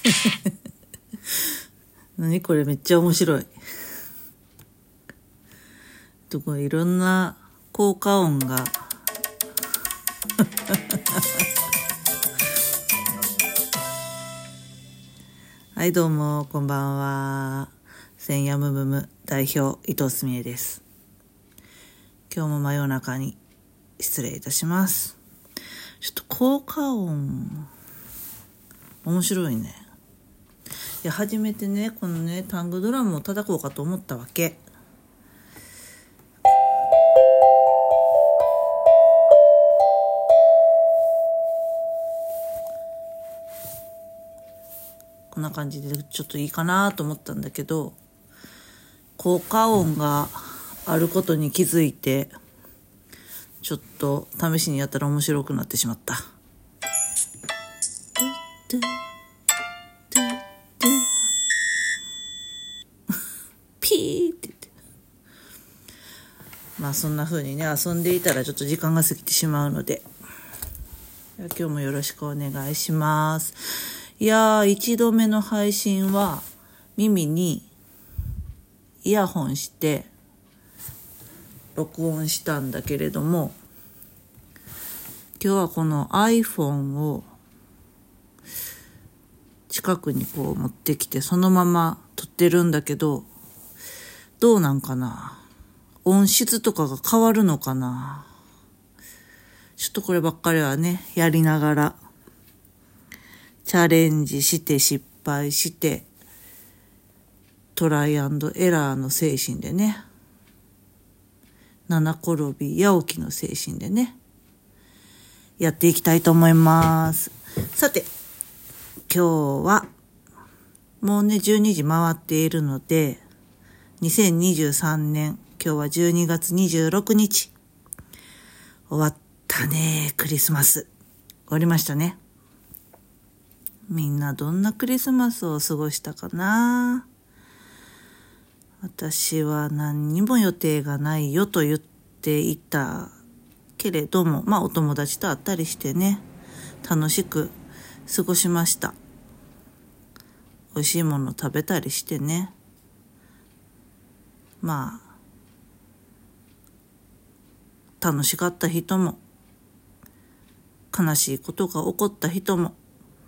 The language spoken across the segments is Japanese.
何これめっちゃ面白い。これいろんな効果音がはいどうもこんばんは。千夜むむむ代表伊藤すみえです。今日も真夜中に失礼いたします。ちょっと効果音面白いね。いや初めてねこのねタングドラムを叩こうかと思ったわけ。こんな感じでちょっといいかなと思ったんだけど、効果音があることに気づいてちょっと試しにやったら面白くなってしまった。ピーって言って、まあそんな風にね遊んでいたらちょっと時間が過ぎてしまうので、今日もよろしくお願いします。いやー、1度目の配信は耳にイヤホンして録音したんだけれども、今日はこの iPhone を近くにこう持ってきてそのまま撮ってるんだけど、どうなんかな、音質とかが変わるのかな。ちょっとこればっかりはねやりながらチャレンジして失敗してトライアンドエラーの精神でね、七転び八起きの精神でねやっていきたいと思います。さて今日はもうね12時回っているので、2023年今日は12月26日終わったね。クリスマス終わりましたね。みんなどんなクリスマスを過ごしたかな。私は何にも予定がないよと言っていたけれども、まあお友達と会ったりしてね楽しく過ごしました。美味しいもの食べたりしてね、まあ楽しかった人も悲しいことが起こった人も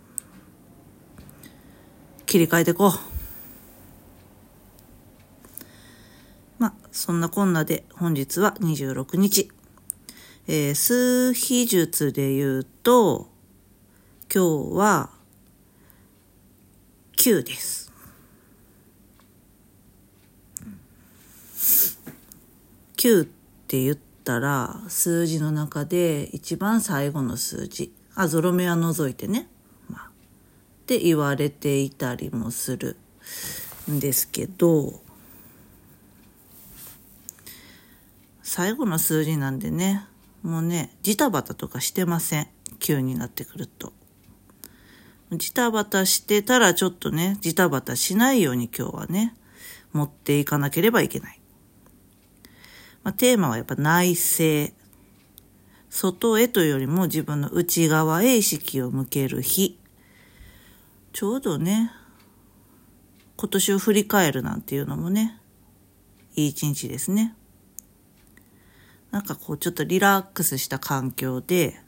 切り替えてこう。まあそんなこんなで本日は26日、数秘術で言うと今日は9です。9って言ったら数字の中で一番最後の数字、ゾロ目は除いてね、って言われていたりもするんですけど、最後の数字なんでね、もうねジタバタとかしてません。9になってくるとジタバタしてたらちょっとねジタバタしないように今日はね持っていかなければいけない。テーマはやっぱ内省、外へというよりも自分の内側へ意識を向ける日。ちょうどね今年を振り返るなんていうのもねいい一日ですね。なんかこうちょっとリラックスした環境で、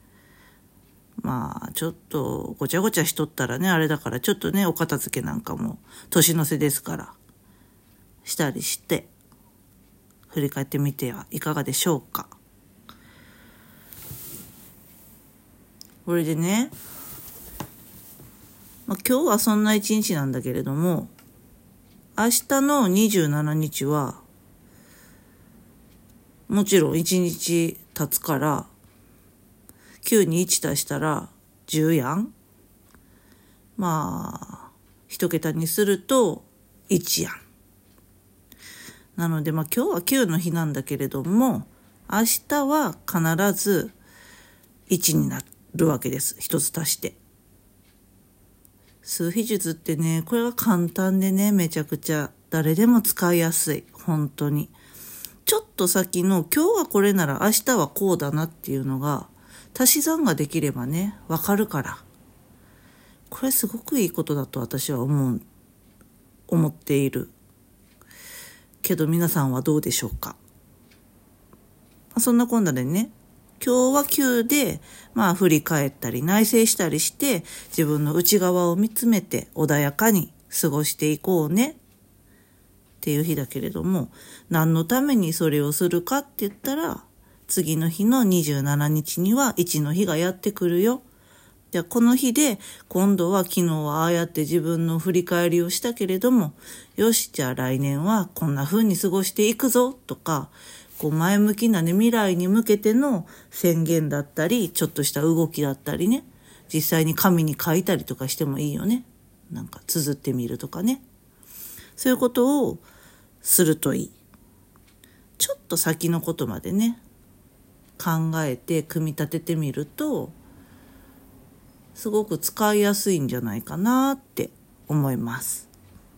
まあちょっとごちゃごちゃしとったらねあれだから、ちょっとねお片付けなんかも年の瀬ですからしたりして振り返ってみてはいかがでしょうか。これでね、今日はそんな一日なんだけれども、明日の27日はもちろん1日経つから9に1足したら10やん。まあ一桁にすると1やん。なので今日は9の日なんだけれども、明日は必ず1になるわけです。一つ足して。数秘術ってねこれが簡単でねめちゃくちゃ誰でも使いやすい。本当にちょっと先の今日はこれなら明日はこうだなっていうのが足し算ができればねわかるから、 これすごくいいことだと私は思っているけど、皆さんはどうでしょうか。そんなこんなでね、今日は9で振り返ったり内省したりして自分の内側を見つめて穏やかに過ごしていこうねっていう日だけれども、何のためにそれをするかって言ったら、次の日の27日には1の日がやってくるよ。じゃあこの日で今度は昨日はああやって自分の振り返りをしたけれども、よしじゃあ来年はこんな風に過ごしていくぞとか、前向きなね、未来に向けての宣言だったり、ちょっとした動きだったりね、実際に紙に書いたりとかしてもいいよね。なんか綴ってみるとかね。そういうことをするといい。ちょっと先のことまでね、考えて組み立ててみると、すごく使いやすいんじゃないかなって思います。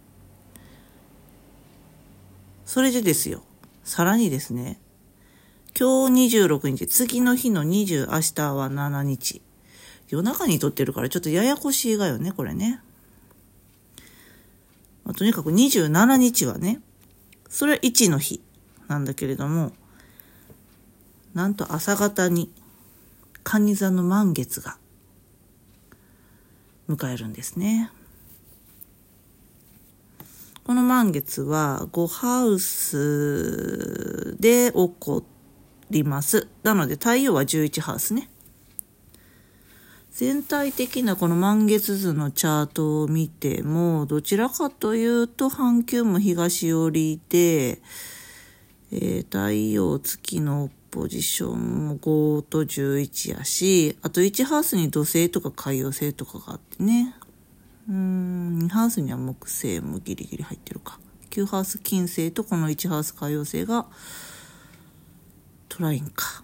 それでですよ、さらにですね、今日26日、次の日の20、明日は7日。夜中に撮ってるからちょっとややこしいがよね、これね。とにかく27日はね、それは1の日なんだけれども、なんと朝方に蟹座の満月が迎えるんですね。この満月は5ハウスで起こります。なので太陽は11ハウスね。全体的なこの満月図のチャートを見ても、どちらかというと半球も東寄りで、太陽月のポジションも5と11やし、あと1ハウスに土星とか海王星とかがあってね。2ハウスには木星もギリギリ入ってるか。9ハウス金星とこの1ハウス海王星がトラインか。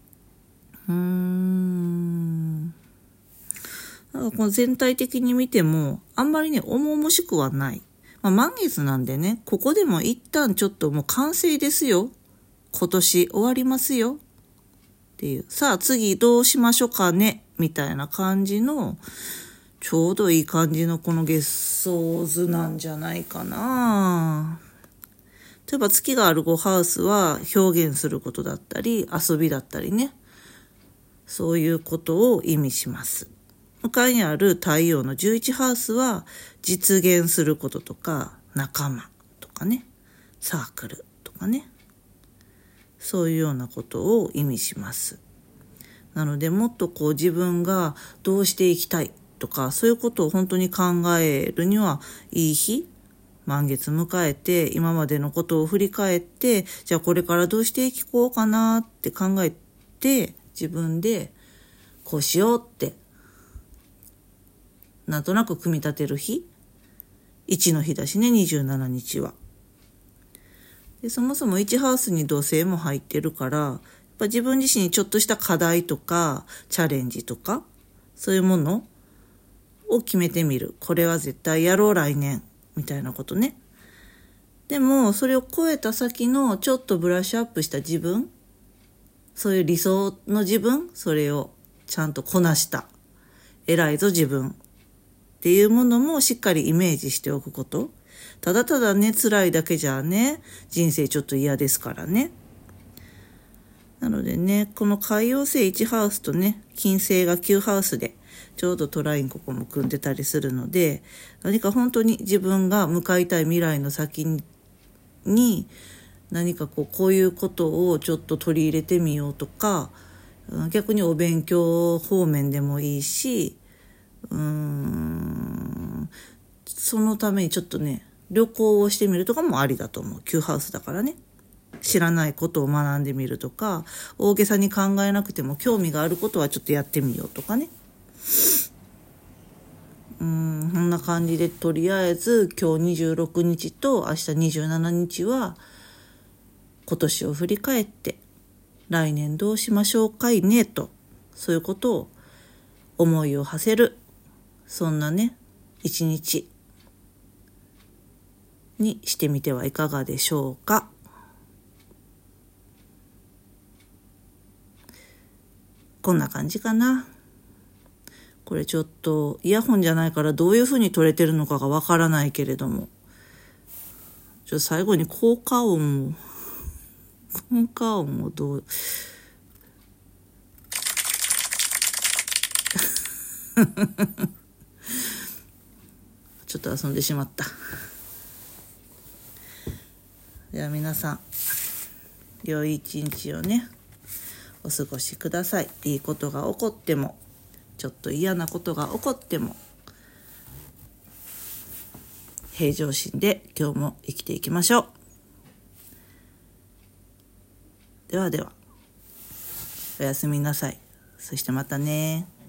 この全体的に見てもあんまりね重々しくはない。満月なんでね、ここでも一旦ちょっともう完成ですよ。今年終わりますよっていう。さあ次どうしましょうかねみたいな感じのちょうどいい感じのこの月相図なんじゃないかな。例えば月がある5ハウスは表現することだったり遊びだったりね、そういうことを意味します。向かいにある太陽の11ハウスは実現することとか仲間とかね、サークルとかね、そういうようなことを意味します。なのでもっと自分がどうしていきたいとか、そういうことを本当に考えるにはいい日、満月迎えて今までのことを振り返って、じゃあこれからどうしていこうかなって考えて、自分でこうしようってなんとなく組み立てる日、1の日だしね、27日は。でそもそも1ハウスに土星も入ってるから、やっぱ自分自身にちょっとした課題とかチャレンジとかそういうものを決めてみる。これは絶対やろう来年みたいなことね。でもそれを超えた先のちょっとブラッシュアップした自分、そういう理想の自分、それをちゃんとこなした偉いぞ自分っていうものもしっかりイメージしておくこと。ただただね辛いだけじゃね、人生ちょっと嫌ですからね。なのでね、この海王星1ハウスとね金星が9ハウスでちょうどトラインここも組んでたりするので、何か本当に自分が向かいたい未来の先に何かこういうことをちょっと取り入れてみようとか、逆にお勉強方面でもいいし、そのためにちょっとね旅行をしてみるとかもありだと思う。9ハウスだからね、知らないことを学んでみるとか、大げさに考えなくても興味があることはちょっとやってみようとかね。そんな感じでとりあえず今日26日と明日27日は今年を振り返って来年どうしましょうかいねと、そういうことを思いを馳せる、そんなね一日にしてみてはいかがでしょうか。こんな感じかな。 これちょっとイヤホンじゃないからどういう風に撮れてるのかがわからないけれども、最後に効果音をどうちょっと遊んでしまった。では皆さん、良い一日をね、お過ごしください。いいことが起こっても、ちょっと嫌なことが起こっても、平常心で今日も生きていきましょう。ではでは、おやすみなさい。そしてまたね。